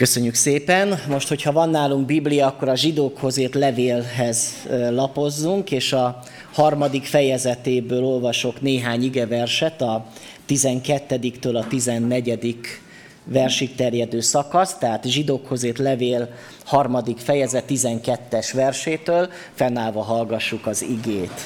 Köszönjük szépen! Most, hogyha van nálunk Biblia, akkor a zsidókhoz írt levélhez lapozzunk, és a 3. fejezetéből olvasok néhány igeverset, a 12-től a 14. versig terjedő szakasz, tehát zsidókhoz írt levél 3. fejezet 12-es versétől, fennállva hallgassuk az igét.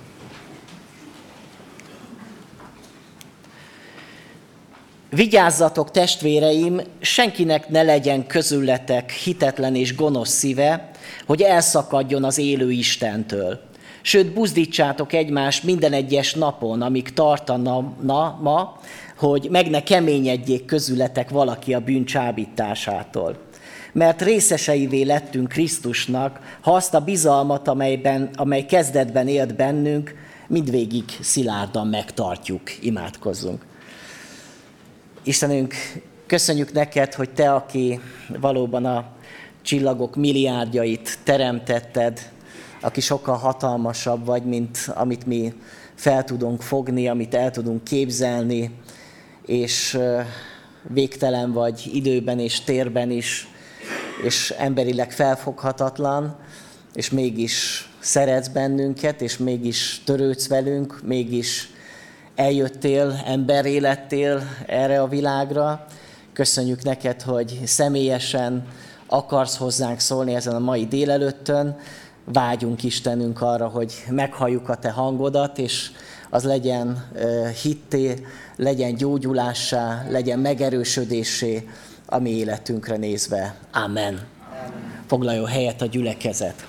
Vigyázzatok, testvéreim, senkinek ne legyen közületek hitetlen és gonosz szíve, hogy elszakadjon az élő Istentől. Sőt, buzdítsátok egymást minden egyes napon, amíg tartana ma, hogy meg ne keményedjék közületek valaki a bűn csábításától. Mert részeseivé lettünk Krisztusnak, ha azt a bizalmat, amely kezdetben élt bennünk, mindvégig szilárdan megtartjuk. Imádkozzunk. Istenünk, köszönjük neked, hogy te, aki valóban a csillagok milliárdjait teremtetted, aki sokkal hatalmasabb vagy, mint amit mi fel tudunk fogni, amit el tudunk képzelni, és végtelen vagy időben és térben is, és emberileg felfoghatatlan, és mégis szeretsz bennünket, és mégis törődsz velünk, mégis eljöttél, emberré lettél erre a világra. Köszönjük neked, hogy személyesen akarsz hozzánk szólni ezen a mai délelőttön. Vágyunk, Istenünk, arra, hogy meghalljuk a te hangodat, és az legyen hitté, legyen gyógyulássá, legyen megerősödésé a mi életünkre nézve. Amen. Foglaljon helyet a gyülekezet.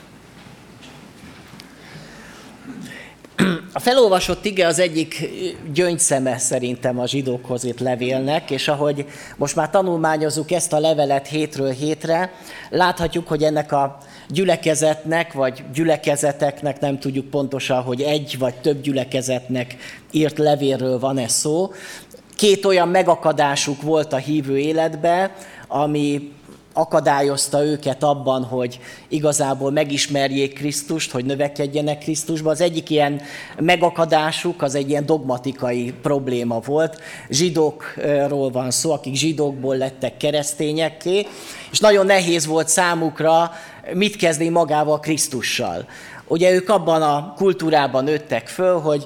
A felolvasott ige az egyik gyöngyszeme szerintem a zsidókhoz írt levélnek, és ahogy most már tanulmányozzuk ezt a levelet hétről hétre, láthatjuk, hogy ennek a gyülekezetnek, vagy gyülekezeteknek, nem tudjuk pontosan, hogy egy vagy több gyülekezetnek írt levélről van-e szó. Két olyan megakadásuk volt a hívő életben, ami akadályozta őket abban, hogy igazából megismerjék Krisztust, hogy növekedjenek Krisztusba. Az egyik ilyen megakadásuk, az egy ilyen dogmatikai probléma volt. Zsidókról van szó, akik zsidókból lettek keresztényekké, és nagyon nehéz volt számukra mit kezdeni magával Krisztussal. Ugye ők abban a kultúrában nőttek föl, hogy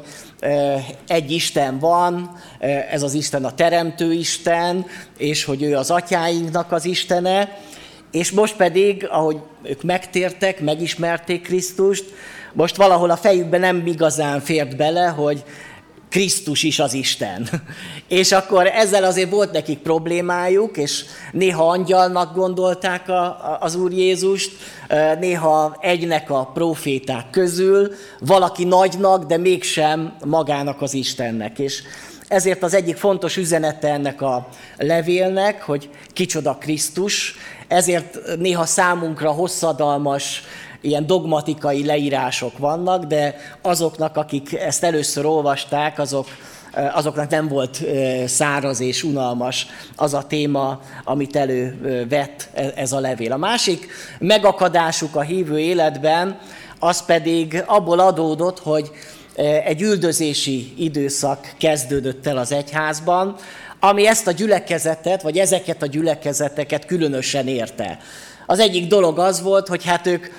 egy Isten van, ez az Isten a teremtő Isten, és hogy ő az atyáinknak az Istene, és most pedig, ahogy ők megtértek, megismerték Krisztust, most valahol a fejükben nem igazán fért bele, hogy Krisztus is az Isten. És akkor ezzel azért volt nekik problémájuk, és néha angyalnak gondolták az Úr Jézust, néha egynek a próféták közül, valaki nagynak, de mégsem magának az Istennek. És ezért az egyik fontos üzenete ennek a levélnek, hogy kicsoda Krisztus, ezért néha számunkra hosszadalmas, ilyen dogmatikai leírások vannak, de azoknak, akik ezt először olvasták, azoknak nem volt száraz és unalmas az a téma, amit elővett ez a levél. A másik megakadásuk a hívő életben, az pedig abból adódott, hogy egy üldözési időszak kezdődött el az egyházban, ami ezt a gyülekezetet, vagy ezeket a gyülekezeteket különösen érte. Az egyik dolog az volt, hogy hát ők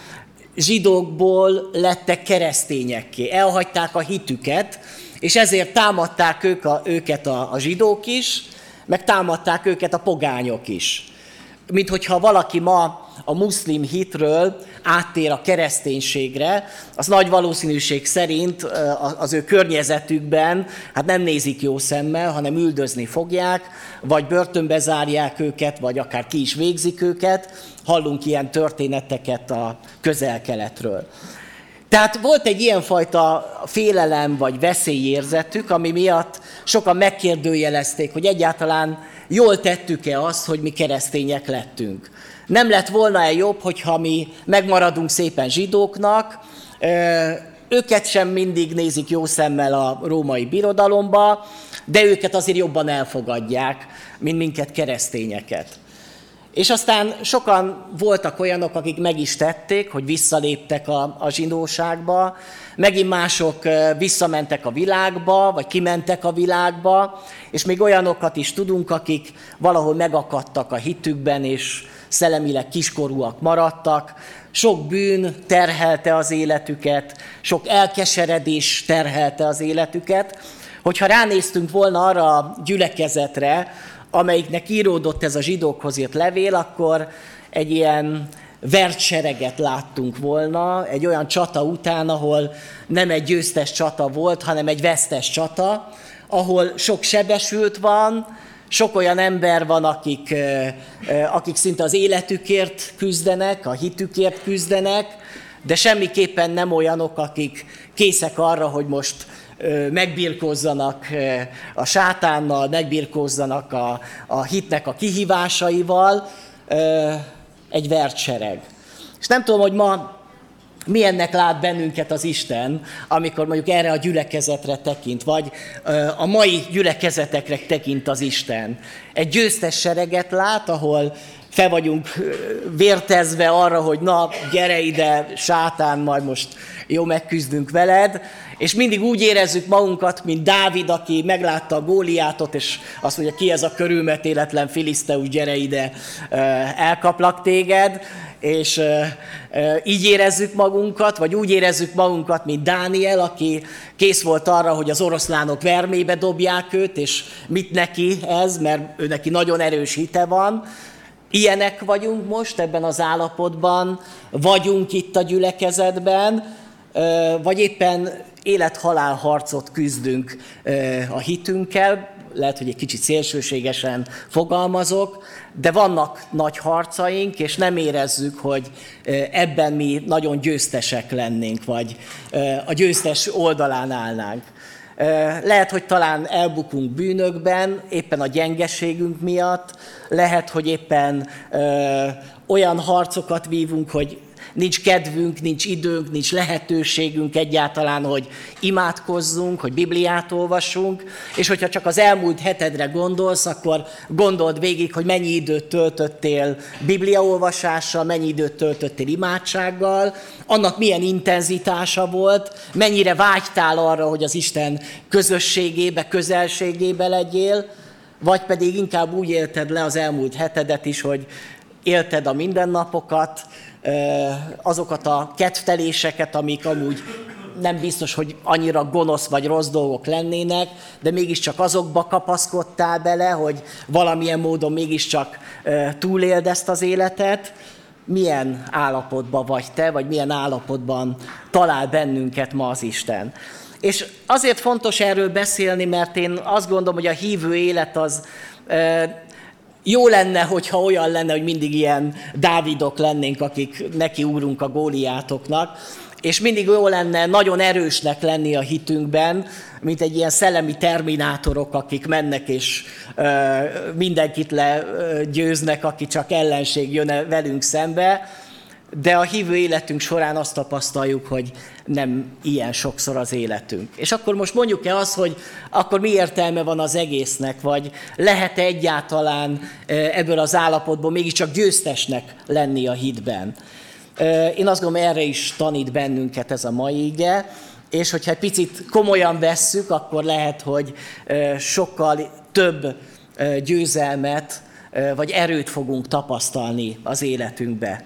zsidókból lettek keresztényekké, elhagyták a hitüket, és ezért támadták őket a zsidók is, meg támadták őket a pogányok is. Mint hogyha valaki ma a muszlim hitről áttér a kereszténységre, az nagy valószínűség szerint az ő környezetükben hát nem nézik jó szemmel, hanem üldözni fogják, vagy börtönbe zárják őket, vagy akár ki is végzik őket. Hallunk ilyen történeteket a Közel-Keletről. Tehát volt egy ilyenfajta félelem vagy veszélyérzetük, ami miatt sokan megkérdőjelezték, hogy egyáltalán jól tettük-e azt, hogy mi keresztények lettünk. Nem lett volna-e jobb, hogyha mi megmaradunk szépen zsidóknak, őket sem mindig nézik jó szemmel a római birodalomba, de őket azért jobban elfogadják, mint minket keresztényeket. És aztán sokan voltak olyanok, akik meg is tették, hogy visszaléptek a zsidóságba, megint mások visszamentek a világba, vagy kimentek a világba, és még olyanokat is tudunk, akik valahol megakadtak a hitükben, és szellemileg kiskorúak maradtak. Sok bűn terhelte az életüket, sok elkeseredés terhelte az életüket. Hogyha ránéztünk volna arra a gyülekezetre, amelyiknek íródott ez a zsidókhoz írt levél, akkor egy ilyen vert sereget láttunk volna, egy olyan csata után, ahol nem egy győztes csata volt, hanem egy vesztes csata, ahol sok sebesült van, sok olyan ember van, akik szinte az életükért küzdenek, a hitükért küzdenek, de semmiképpen nem olyanok, akik készek arra, hogy most megbirkózzanak a sátánnal, megbirkózzanak a hitnek a kihívásaival, egy vert sereg. És nem tudom, hogy ma milyennek lát bennünket az Isten, amikor mondjuk erre a gyülekezetre tekint, vagy a mai gyülekezetekre tekint az Isten. Egy győztes sereget lát, ahol fel vagyunk vértezve arra, hogy na, gyere ide, sátán, majd most jó megküzdünk veled, és mindig úgy érezzük magunkat, mint Dávid, aki meglátta a Góliátot, és azt mondja, ki ez a körülmetéletlen filiszteus, gyere ide, elkaplak téged, és így érezzük magunkat, vagy úgy érezzük magunkat, mint Dániel, aki kész volt arra, hogy az oroszlánok vermébe dobják őt, és mit neki ez, mert ő neki nagyon erős hite van. Ilyenek vagyunk most ebben az állapotban, vagyunk itt a gyülekezetben, vagy éppen élet-halál harcot küzdünk a hitünkkel, lehet, hogy egy kicsit szélsőségesen fogalmazok, de vannak nagy harcaink, és nem érezzük, hogy ebben mi nagyon győztesek lennénk, vagy a győztes oldalán állnánk. Lehet, hogy talán elbukunk bűnökben, éppen a gyengeségünk miatt, lehet, hogy éppen olyan harcokat vívunk, hogy nincs kedvünk, nincs időnk, nincs lehetőségünk egyáltalán, hogy imádkozzunk, hogy Bibliát olvassunk, és hogyha csak az elmúlt hetedre gondolsz, akkor gondold végig, hogy mennyi időt töltöttél Bibliaolvasással, mennyi időt töltöttél imádsággal, annak milyen intenzitása volt, mennyire vágytál arra, hogy az Isten közösségébe, közelségébe legyél, vagy pedig inkább úgy élted le az elmúlt hetedet is, hogy élted a mindennapokat, azokat a kedvteléseket, amik amúgy nem biztos, hogy annyira gonosz vagy rossz dolgok lennének, de mégiscsak azokba kapaszkodtál bele, hogy valamilyen módon mégiscsak túléld ezt az életet. Milyen állapotban vagy te, vagy milyen állapotban talál bennünket ma az Isten. És azért fontos erről beszélni, mert én azt gondolom, hogy a hívő élet az jó lenne, hogyha olyan lenne, hogy mindig ilyen Dávidok lennénk, akik nekiugrunk a Góliátoknak, és mindig jó lenne nagyon erősnek lenni a hitünkben, mint egy ilyen szellemi terminátorok, akik mennek és mindenkit legyőznek, aki csak ellenség jön velünk szembe, de a hívő életünk során azt tapasztaljuk, hogy nem ilyen sokszor az életünk. És akkor most mondjuk-e azt, hogy akkor mi értelme van az egésznek, vagy lehet-e egyáltalán ebből az állapotból mégiscsak győztesnek lenni a hitben? Én azt gondolom, erre is tanít bennünket ez a mai ige, és hogyha egy picit komolyan vesszük, akkor lehet, hogy sokkal több győzelmet, vagy erőt fogunk tapasztalni az életünkbe.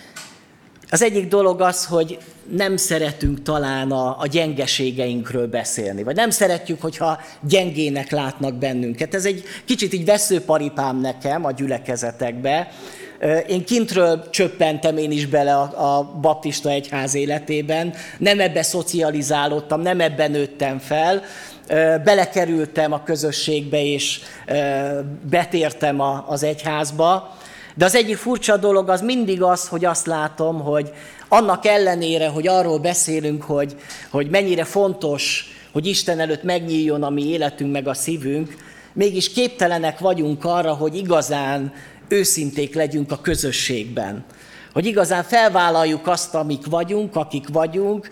Az egyik dolog az, hogy nem szeretünk talán a gyengeségeinkről beszélni, vagy nem szeretjük, hogyha gyengének látnak bennünket. Ez egy kicsit így veszőparipám nekem a gyülekezetekbe. Én kintről csöppentem én is bele a baptista egyház életében, nem ebbe szocializálódtam, nem ebben nőttem fel, belekerültem a közösségbe és betértem az egyházba, de az egyik furcsa dolog az mindig az, hogy azt látom, hogy annak ellenére, hogy arról beszélünk, hogy mennyire fontos, hogy Isten előtt megnyíljon a mi életünk meg a szívünk, mégis képtelenek vagyunk arra, hogy igazán őszinték legyünk a közösségben. Hogy igazán felvállaljuk azt, akik vagyunk,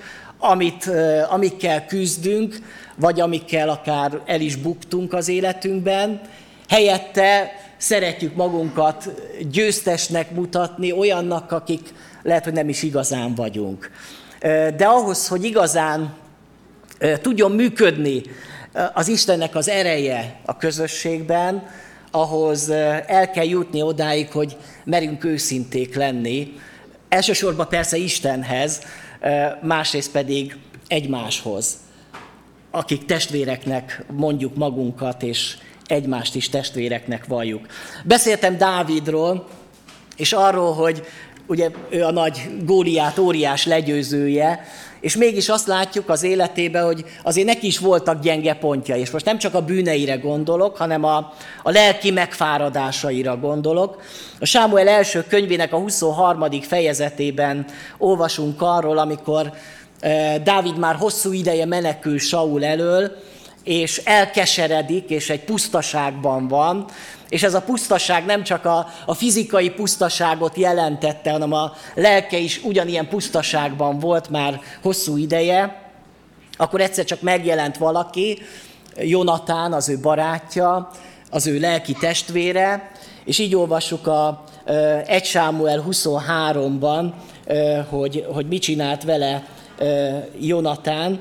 amikkel küzdünk, vagy amikkel akár el is buktunk az életünkben. Helyette szeretjük magunkat győztesnek mutatni, olyannak, akik lehet, hogy nem is igazán vagyunk. De ahhoz, hogy igazán tudjon működni az Istennek az ereje a közösségben, ahhoz el kell jutni odáig, hogy merünk őszinték lenni. Elsősorban persze Istenhez, másrészt pedig egymáshoz, akik testvéreknek mondjuk magunkat, és egymást is testvéreknek valljuk. Beszéltem Dávidról, és arról, hogy ugye ő a nagy Góliát óriás legyőzője, és mégis azt látjuk az életében, hogy azért neki is voltak gyenge pontjai, és most nem csak a bűneire gondolok, hanem a lelki megfáradásaira gondolok. A Sámuel első könyvének a 23. fejezetében olvasunk arról, amikor Dávid már hosszú ideje menekül Saul elől, és elkeseredik, és egy pusztaságban van, és ez a pusztaság nem csak a fizikai pusztaságot jelentette, hanem a lelke is ugyanilyen pusztaságban volt már hosszú ideje, akkor egyszer csak megjelent valaki, Jonatán, az ő barátja, az ő lelki testvére, és így olvassuk a 1 Sámuel 23-ban, hogy mit csinált vele Jonatán.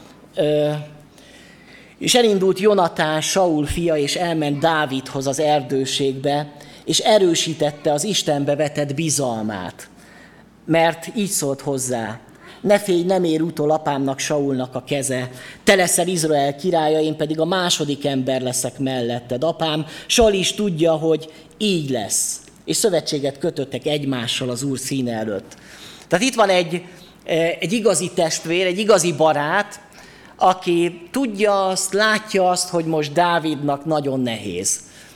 És elindult Jonatán, Saul fia, és elment Dávidhoz az erdőségbe, és erősítette az Istenbe vetett bizalmát. Mert így szólt hozzá: ne félj, nem ér utol apámnak, Saulnak a keze. Te leszel Izrael királya, én pedig a második ember leszek melletted. Apám, Saul is tudja, hogy így lesz. És szövetséget kötöttek egymással az Úr színe előtt. Tehát itt van egy igazi testvér, egy igazi barát, aki tudja azt, látja azt, hogy most Dávidnak nagyon nehéz.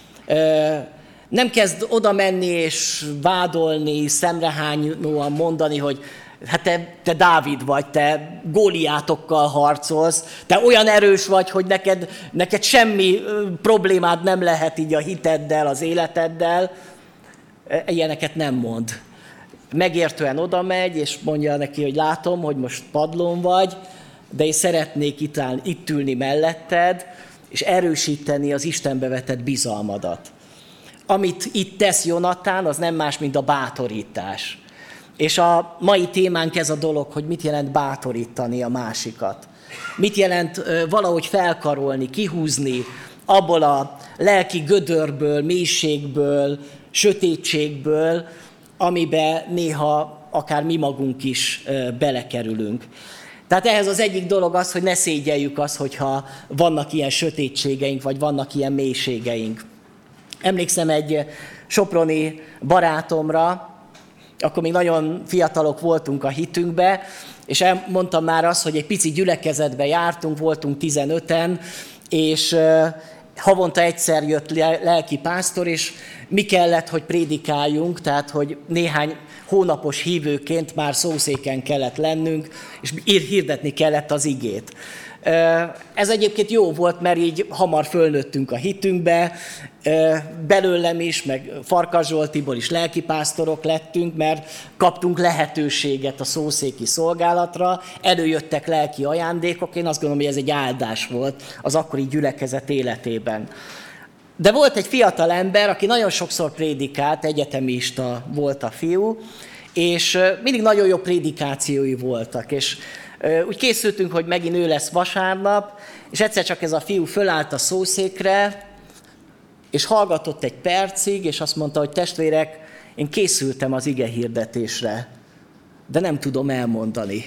Nem kezd oda menni és vádolni, szemrehányóan mondani, hogy hát te Dávid vagy, te Góliátokkal harcolsz, te olyan erős vagy, hogy neked semmi problémád nem lehet így a hiteddel, az életeddel. Ilyeneket nem mond. Megértően oda megy, és mondja neki, hogy látom, hogy most padlón vagy, de én szeretnék itt ülni melletted, és erősíteni az Istenbe vetett bizalmadat. Amit itt tesz Jonatán, az nem más, mint a bátorítás. És a mai témánk ez a dolog, hogy mit jelent bátorítani a másikat. Mit jelent valahogy felkarolni, kihúzni abból a lelki gödörből, mélységből, sötétségből, amiben néha akár mi magunk is belekerülünk. Tehát ehhez az egyik dolog az, hogy ne szégyeljük azt, hogyha vannak ilyen sötétségeink, vagy vannak ilyen mélységeink. Emlékszem egy soproni barátomra, akkor még nagyon fiatalok voltunk a hitünkbe, és mondtam már azt, hogy egy pici gyülekezetbe jártunk, voltunk 15-en, és havonta egyszer jött lelki pásztor, és mi kellett, hogy prédikáljunk, tehát hogy néhány hónapos hívőként már szószéken kellett lennünk, és hirdetni kellett az igét. Ez egyébként jó volt, mert így hamar fölnőttünk a hitünkbe, belőlem is, meg Farkas Zsoltiból is lelkipásztorok lettünk, mert kaptunk lehetőséget a szószéki szolgálatra, előjöttek lelki ajándékok, én azt gondolom, hogy ez egy áldás volt az akkori gyülekezet életében. De volt egy fiatal ember, aki nagyon sokszor prédikált, egyetemista volt a fiú, és mindig nagyon jó prédikációi voltak, és úgy készültünk, hogy megint ő lesz vasárnap, és egyszer csak ez a fiú fölállt a szószékre, és hallgatott egy percig, és azt mondta, hogy testvérek, én készültem az ige hirdetésre, de nem tudom elmondani,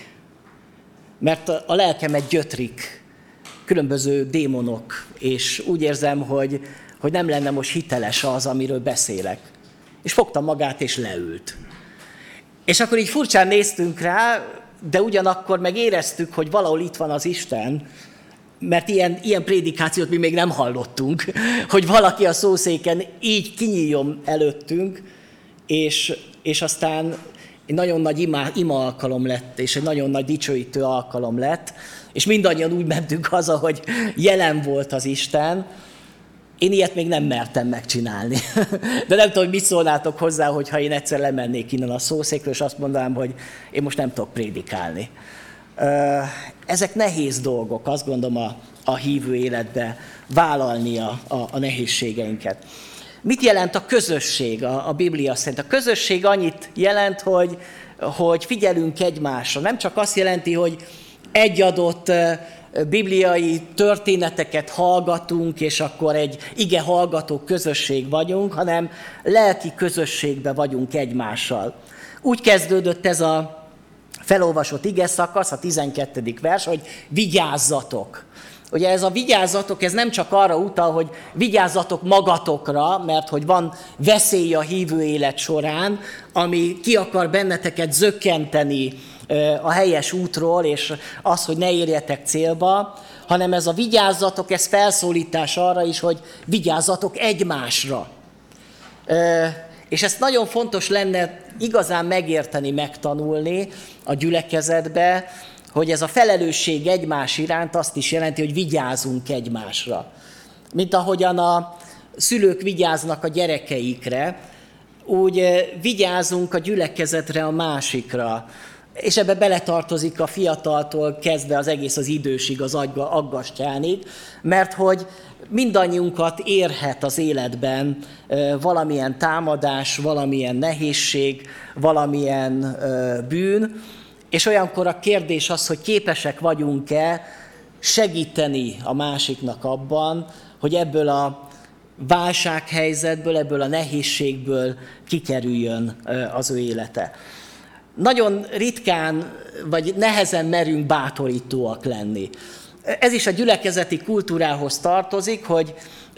mert a lelkemet gyötrik különböző démonok, és úgy érzem, hogy nem lenne most hiteles az, amiről beszélek. És fogta magát, és leült. És akkor így furcsán néztünk rá, de ugyanakkor meg éreztük, hogy valahol itt van az Isten, mert ilyen prédikációt mi még nem hallottunk, hogy valaki a szószéken így kinyíljon előttünk, és aztán egy nagyon nagy ima alkalom lett, és egy nagyon nagy dicsőítő alkalom lett, és mindannyian úgy mentünk haza, hogy jelen volt az Isten. Én ilyet még nem mertem megcsinálni. De nem tudom, hogy mit szólnátok hozzá, hogyha én egyszer lemennék innen a szószékről, és azt mondanám, hogy én most nem tudok prédikálni. Ezek nehéz dolgok, azt gondolom a hívő életbe vállalni a nehézségeinket. Mit jelent a közösség a Biblia szerint? A közösség annyit jelent, hogy figyelünk egymásra. Nem csak azt jelenti, hogy egy adott bibliai történeteket hallgatunk, és akkor egy ige hallgató közösség vagyunk, hanem lelki közösségben vagyunk egymással. Úgy kezdődött ez a felolvasott ige szakasz, a 12. vers, hogy vigyázzatok. Ugye ez a vigyázzatok, ez nem csak arra utal, hogy vigyázzatok magatokra, mert hogy van veszély a hívő élet során, ami ki akar benneteket zökkenteni a helyes útról, és az, hogy ne érjetek célba, hanem ez a vigyázzatok, ez felszólítás arra is, hogy vigyázzatok egymásra. És ezt nagyon fontos lenne igazán megérteni, megtanulni a gyülekezetbe, hogy ez a felelősség egymás iránt azt is jelenti, hogy vigyázunk egymásra. Mint ahogyan a szülők vigyáznak a gyerekeikre, úgy vigyázunk a gyülekezetre, a másikra. És ebbe beletartozik a fiataltól kezdve az egész az idősig, az aggastyánig, mert hogy mindannyiunkat érhet az életben valamilyen támadás, valamilyen nehézség, valamilyen bűn, és olyankor a kérdés az, hogy képesek vagyunk-e segíteni a másiknak abban, hogy ebből a válsághelyzetből, ebből a nehézségből kikerüljön az ő élete. Nagyon ritkán, vagy nehezen merünk bátorítóak lenni. Ez is a gyülekezeti kultúrához tartozik, hogy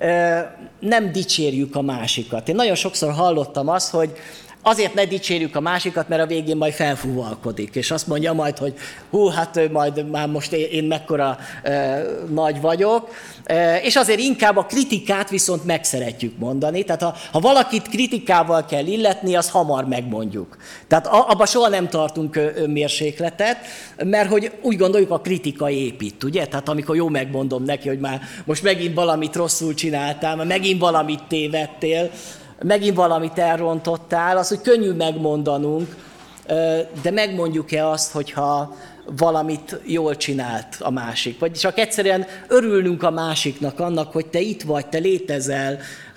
nem dicsérjük a másikat. Én nagyon sokszor hallottam azt, hogy azért ne dicsérjük a másikat, mert a végén majd felfúvalkodik, és azt mondja majd, hogy hát majd már most én mekkora nagy vagyok, és azért inkább a kritikát viszont meg szeretjük mondani, tehát ha valakit kritikával kell illetni, azt hamar megmondjuk. Tehát abban soha nem tartunk önmérsékletet, mert hogy úgy gondoljuk, a kritika épít, ugye? Tehát amikor jó megmondom neki, hogy már most megint valamit rosszul csináltál, már megint valamit tévedtél, megint valamit elrontottál, az, hogy könnyű megmondanunk, de megmondjuk-e azt, hogyha valamit jól csinált a másik? Vagy csak egyszerűen örülnünk a másiknak annak, hogy te itt vagy, te létezel,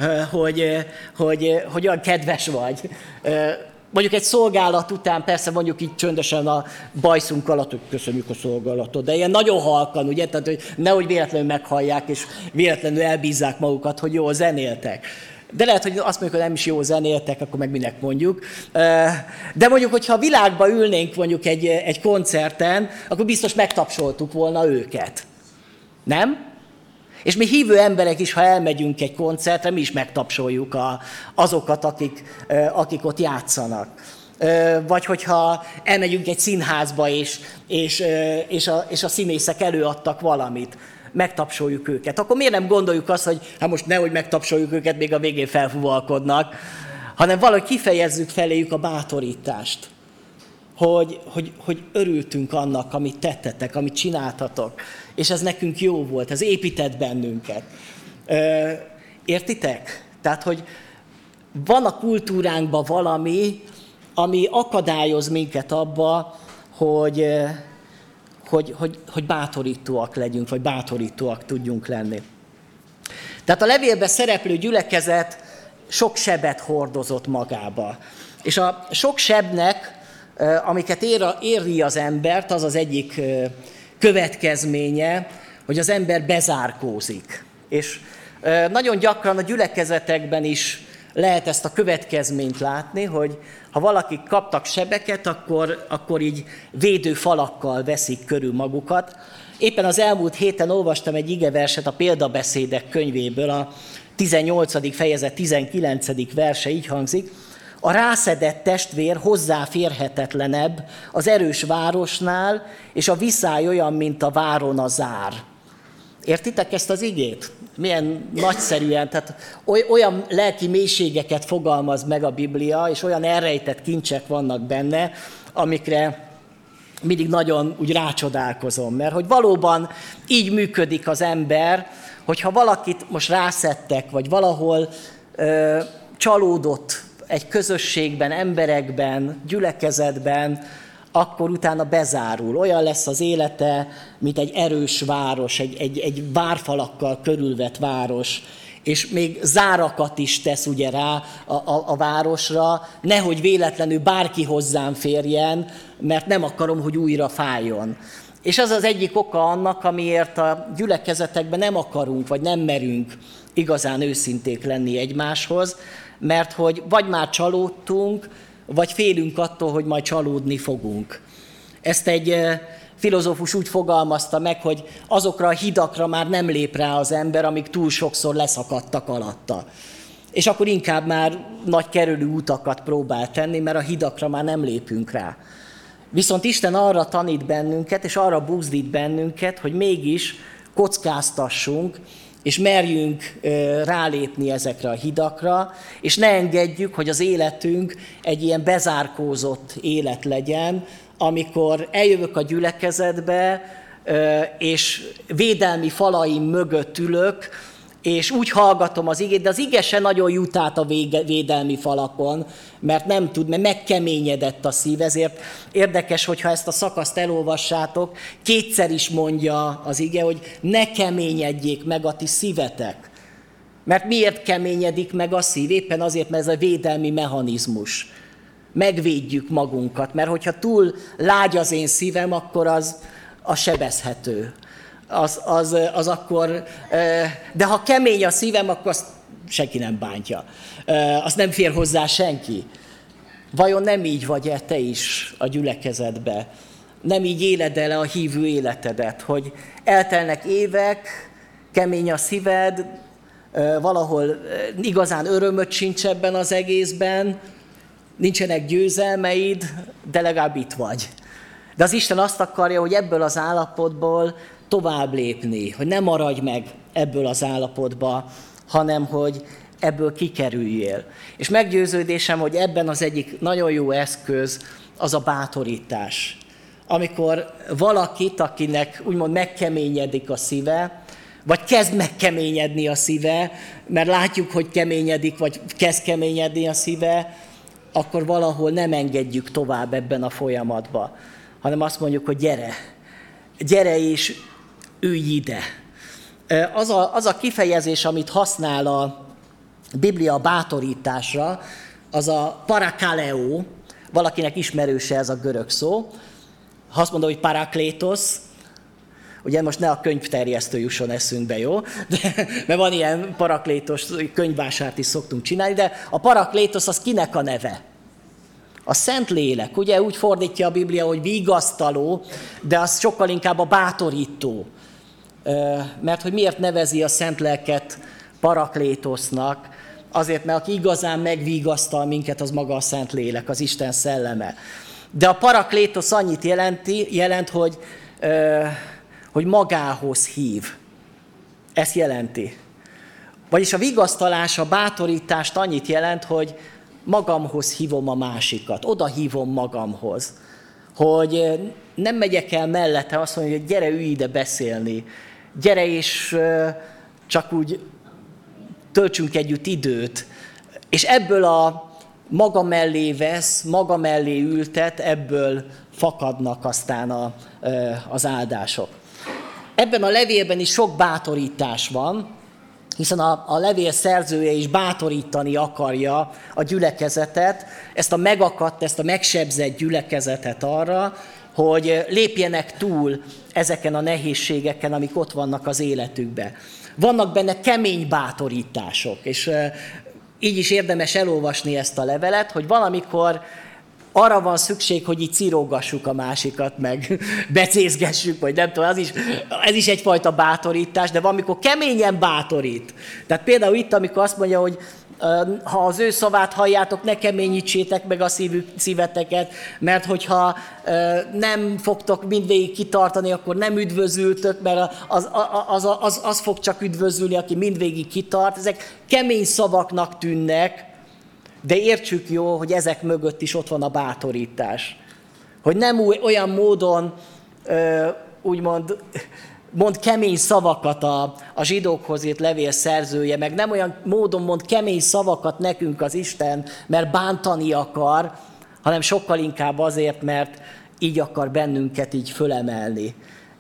hogy olyan kedves vagy. Mondjuk egy szolgálat után persze mondjuk így csöndesen a bajszunk alatt, hogy köszönjük a szolgálatot, de ilyen nagyon halkan, ugye? Tehát, hogy nehogy véletlenül meghallják, és véletlenül elbízzák magukat, hogy jól zenéltek. De lehet, hogy azt mondjuk, hogy nem is jól zenéltek, akkor meg minek mondjuk. De mondjuk, hogyha a világban ülnénk mondjuk egy koncerten, akkor biztos megtapsoltuk volna őket. Nem? És mi hívő emberek is, ha elmegyünk egy koncertre, mi is megtapsoljuk azokat, akik ott játszanak. Vagy hogyha elmegyünk egy színházba, és a színészek előadtak valamit, megtapsoljuk őket. Akkor miért nem gondoljuk azt, hogy hát most nehogy megtapsoljuk őket, még a végén felfúvalkodnak, hanem valahogy kifejezzük feléjük a bátorítást, hogy örültünk annak, amit tettetek, amit csináltatok, és ez nekünk jó volt, ez épített bennünket. Értitek? Tehát, hogy van a kultúránkban valami, ami akadályoz minket abba, hogy bátorítóak legyünk, vagy bátorítóak tudjunk lenni. Tehát a levélben szereplő gyülekezet sok sebet hordozott magába. És a sok sebnek, amiket éri az embert, az az egyik következménye, hogy az ember bezárkózik. És nagyon gyakran a gyülekezetekben is lehet ezt a következményt látni, hogy ha valakik kaptak sebeket, akkor így védőfalakkal veszik körül magukat. Éppen az elmúlt héten olvastam egy igeverset a Példabeszédek könyvéből, a 18. fejezet 19. verse így hangzik: a rászedett testvér hozzáférhetetlenebb az erős városnál, és a viszály olyan, mint a váron a zár. Értitek ezt az igét? Milyen nagyszerűen, tehát olyan lelki mélységeket fogalmaz meg a Biblia, és olyan elrejtett kincsek vannak benne, amikre mindig nagyon úgy rácsodálkozom. Mert hogy valóban így működik az ember, hogyha valakit most rászettek, vagy valahol csalódott egy közösségben, emberekben, gyülekezetben, akkor utána bezárul. Olyan lesz az élete, mint egy erős város, egy várfalakkal körülvett város, és még zárakat is tesz ugye rá a városra, nehogy véletlenül bárki hozzám férjen, mert nem akarom, hogy újra fájjon. És ez az egyik oka annak, amiért a gyülekezetekben nem akarunk, vagy nem merünk igazán őszinték lenni egymáshoz, mert hogy vagy már csalódtunk, vagy félünk attól, hogy majd csalódni fogunk. Ezt egy filozófus úgy fogalmazta meg, hogy azokra a hidakra már nem lép rá az ember, amik túl sokszor leszakadtak alatta. És akkor inkább már nagy kerülő utakat próbál tenni, mert a hidakra már nem lépünk rá. Viszont Isten arra tanít bennünket, és arra buzdít bennünket, hogy mégis kockáztassunk, és merjünk rálépni ezekre a hidakra, és ne engedjük, hogy az életünk egy ilyen bezárkózott élet legyen, amikor eljövök a gyülekezetbe, és védelmi falaim mögött ülök, és úgy hallgatom az igét, de az ige se nagyon jut át a védelmi falakon, mert nem tud, mert megkeményedett a szív, ezért érdekes, hogyha ezt a szakaszt elolvassátok, kétszer is mondja az ige, hogy ne keményedjék meg a ti szívetek. Mert miért keményedik meg a szív? Éppen azért, mert ez a védelmi mechanizmus. Megvédjük magunkat, mert hogyha túl lágy az én szívem, akkor az sebezhető. Az akkor, de ha kemény a szívem, akkor azt senki nem bántja. Azt nem fér hozzá senki. Vajon nem így vagy-e te is a gyülekezetbe? Nem így éled el a hívő életedet, hogy eltelnek évek, kemény a szíved, valahol igazán örömöd sincs ebben az egészben, nincsenek győzelmeid, de legalább itt vagy. De az Isten azt akarja, hogy ebből az állapotból tovább lépni, hogy ne maradj meg ebből az állapotba, hanem hogy ebből kikerüljél. És meggyőződésem, hogy ebben az egyik nagyon jó eszköz az a bátorítás. Amikor valakit, akinek úgymond megkeményedik a szíve, vagy kezd megkeményedni a szíve, mert látjuk, hogy keményedik, vagy kezd keményedni a szíve, akkor valahol nem engedjük tovább ebben a folyamatba, hanem azt mondjuk, hogy gyere és ülj ide. Az a kifejezés, amit használ a Biblia a bátorításra, az a parakaleo, valakinek ismerőse ez a görög szó. Ha azt mondom, hogy paraklétos, ugye most ne a könyvterjesztő jusson eszünkbe, jó? Mert van ilyen paraklétos könyvvásárt is szoktunk csinálni, de a paraklétos az kinek a neve? A Szentlélek, ugye úgy fordítja a Biblia, hogy vigasztaló, de az sokkal inkább a bátorító. Mert hogy miért nevezi a Szentlelket paraklétosznak? Azért, mert aki igazán megvigasztal minket, az maga a Szentlélek, az Isten szelleme. De a paraklétosz annyit jelent, hogy magához hív. Ezt jelenti. Vagyis a vigasztalás, a bátorítást annyit jelent, hogy magamhoz hívom a másikat, oda hívom magamhoz. Hogy nem megyek el mellette, azt mondja, hogy gyere, ülj ide beszélni. Gyere és csak úgy töltsünk együtt időt. És ebből a maga mellé vesz, maga mellé ültet, ebből fakadnak aztán az áldások. Ebben a levélben is sok bátorítás van, hiszen a levél szerzője is bátorítani akarja a gyülekezetet, ezt a megakadt, ezt a megsebzett gyülekezetet arra, hogy lépjenek túl ezeken a nehézségeken, amik ott vannak az életükben. Vannak benne kemény bátorítások, és így is érdemes elolvasni ezt a levelet, hogy valamikor arra van szükség, hogy így cirógassuk a másikat, meg becézgessük, vagy nem tudom, ez is egyfajta bátorítás, de valamikor keményen bátorít. Tehát például itt, amikor azt mondja, hogy ha az ő szavát halljátok, ne keményítsétek meg a szíveteket, mert hogyha nem fogtok mindvégig kitartani, akkor nem üdvözültök, mert az fog csak üdvözülni, aki mindvégig kitart. Ezek kemény szavaknak tűnnek, de értsük jó, hogy ezek mögött is ott van a bátorítás. Hogy nem olyan módon, úgymond, mond kemény szavakat a zsidókhoz írt levél szerzője, meg nem olyan módon mond kemény szavakat nekünk az Isten, mert bántani akar, hanem sokkal inkább azért, mert így akar bennünket így fölemelni.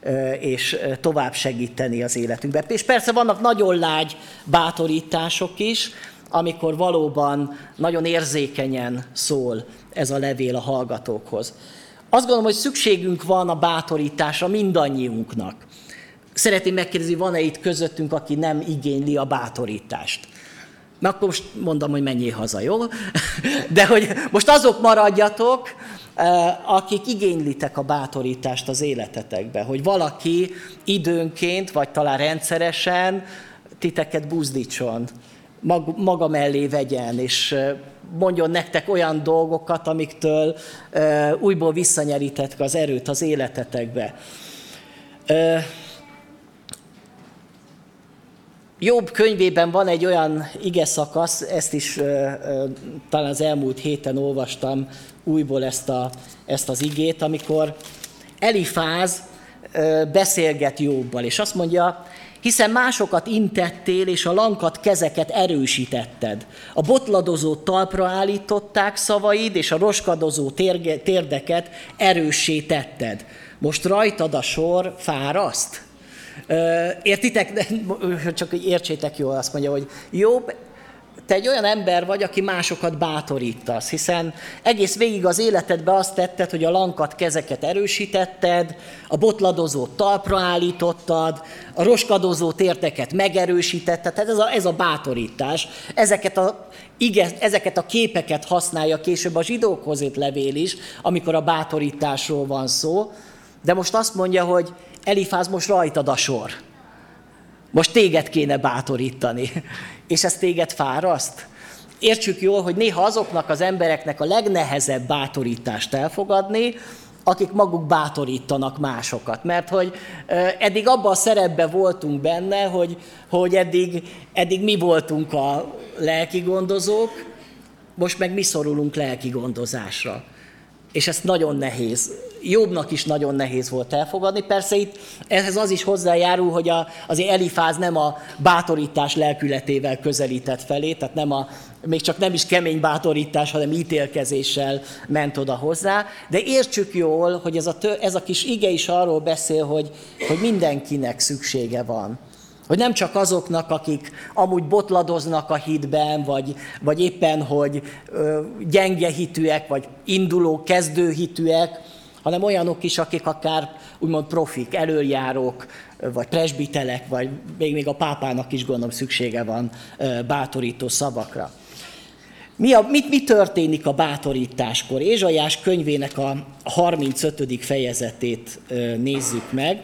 és tovább segíteni az életünkben. És persze vannak nagyon lágy bátorítások is, amikor valóban nagyon érzékenyen szól ez a levél a hallgatókhoz. Azt gondolom, hogy szükségünk van a bátorításra mindannyiunknak. Szeretném megkérdezni, van-e itt közöttünk, aki nem igényli a bátorítást? Mert akkor most mondom, hogy menjél haza, jó? De hogy most azok maradjatok, akik igénylitek a bátorítást az életetekbe, hogy valaki időnként, vagy talán rendszeresen titeket buzdítson, maga mellé vegyen, és mondjon nektek olyan dolgokat, amiktől újból visszanyeritek az erőt az életetekbe. Jobb könyvében van egy olyan igeszakasz, ezt is talán az elmúlt héten olvastam újból ezt az igét, amikor Elifáz beszélget Jóbbal, és azt mondja, hiszen másokat intettél, és a lankadt kezeket erősítetted. A botladozó talpra állították szavaid, és a roskadozó térdeket erőssé tetted. Most rajtad a sor fáraszt? Értitek? Csak hogy értsétek jól, azt mondja, hogy Jobb, te egy olyan ember vagy, aki másokat bátorítasz, hiszen egész végig az életedben azt tetted, hogy a lankadt kezeket erősítetted, a botladozó talpra állítottad, a roskadozó térdeket megerősítetted, tehát ez a bátorítás. Ezeket a képeket használja később a zsidókhoz írt levél is, amikor a bátorításról van szó, de most azt mondja, hogy Elifáz, most rajtad a sor. Most téged kéne bátorítani. És ez téged fáraszt? Értsük jól, hogy néha azoknak az embereknek a legnehezebb bátorítást elfogadni, akik maguk bátorítanak másokat. Mert hogy eddig abban a szerepben voltunk benne, hogy eddig mi voltunk a lelki gondozók, most meg mi szorulunk lelki gondozásra. És ez nagyon nehéz. Jobbnak is nagyon nehéz volt elfogadni. Persze itt ehhez az is hozzájárul, hogy azért Elifáz nem a bátorítás lelkületével közelített felé, tehát még csak nem is kemény bátorítás, hanem ítélkezéssel ment oda hozzá. De értsük jól, hogy ez a kis ige is arról beszél, hogy mindenkinek szüksége van. Hogy nem csak azoknak, akik amúgy botladoznak a hitben, vagy éppen, hogy gyenge hitűek, vagy induló, kezdőhitűek, hanem olyanok is, akik akár úgymond profik, elöljárók, vagy presbitelek, vagy még a pápának is gondolom szüksége van bátorító szavakra. Mi történik a bátorításkor? Ézsaiás könyvének a 35. fejezetét nézzük meg,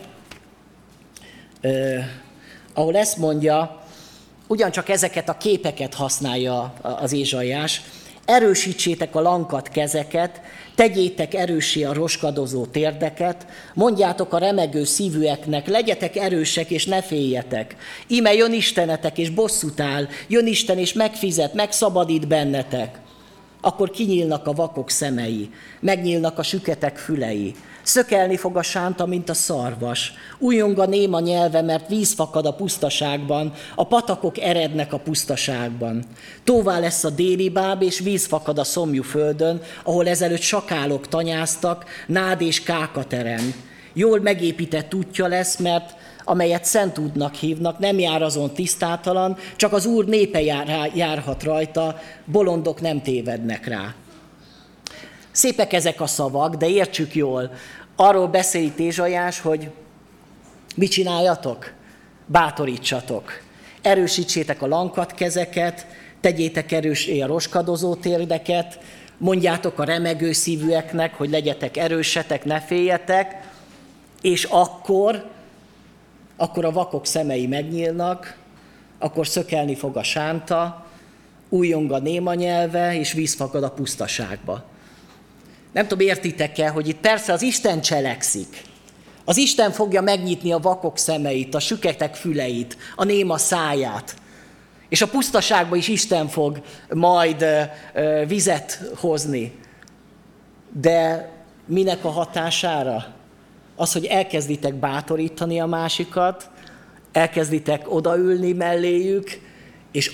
ahol ezt mondja, ugyancsak ezeket a képeket használja az Ézsaiás, erősítsétek a lankadt kezeket, tegyétek erőssé a roskadozó térdeket, mondjátok a remegő szívűeknek, legyetek erősek és ne féljetek. Íme jön Istenetek és bosszút áll, jön Isten és megfizet, megszabadít bennetek. Akkor kinyílnak a vakok szemei, megnyílnak a süketek fülei. Szökelni fog a sánta, mint a szarvas. Újjong a néma nyelve, mert víz fakad a pusztaságban, a patakok erednek a pusztaságban. Tóvá lesz a déli báb, és víz fakad a szomjú földön, ahol ezelőtt sakálok tanyáztak, nád és káka terem. Jól megépített útja lesz, mert amelyet szent útnak hívnak, nem jár azon tisztátalan, csak az Úr népe járhat rajta, bolondok nem tévednek rá. Szépek ezek a szavak, de értsük jól, arról beszél itt Ézsaiás, hogy mit csináljatok? Bátorítsatok. Erősítsétek a lankadt kezeket, tegyétek erőssé a roskadozó térdeket, mondjátok a remegő szívűeknek, hogy legyetek erősetek, ne féljetek, és akkor a vakok szemei megnyílnak, akkor szökelni fog a sánta, újjong a néma nyelve, és víz fakad a pusztaságba. Nem tudom, értitek-e, hogy itt persze az Isten cselekszik. Az Isten fogja megnyitni a vakok szemeit, a süketek füleit, a néma száját. És a pusztaságba is Isten fog majd vizet hozni. De minek a hatására? Az, hogy elkezditek bátorítani a másikat, elkezditek odaülni melléjük, és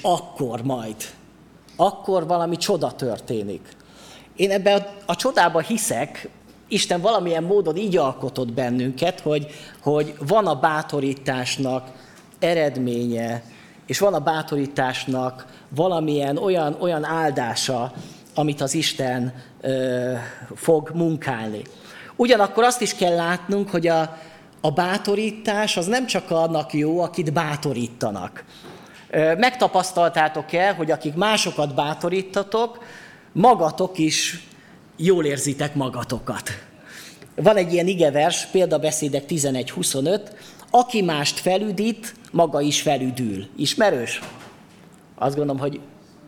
akkor valami csoda történik. Én ebben a csodába hiszek, Isten valamilyen módon így alkotott bennünket, hogy van a bátorításnak eredménye, és van a bátorításnak valamilyen olyan áldása, amit az Isten fog munkálni. Ugyanakkor azt is kell látnunk, hogy a bátorítás az nem csak annak jó, akit bátorítanak. Megtapasztaltátok-e, hogy akik másokat bátorítatok, magatok is jól érzitek magatokat. Van egy ilyen igevers, példabeszédek 11.25, aki mást felüdít, maga is felüdül. Ismerős? Azt gondolom, hogy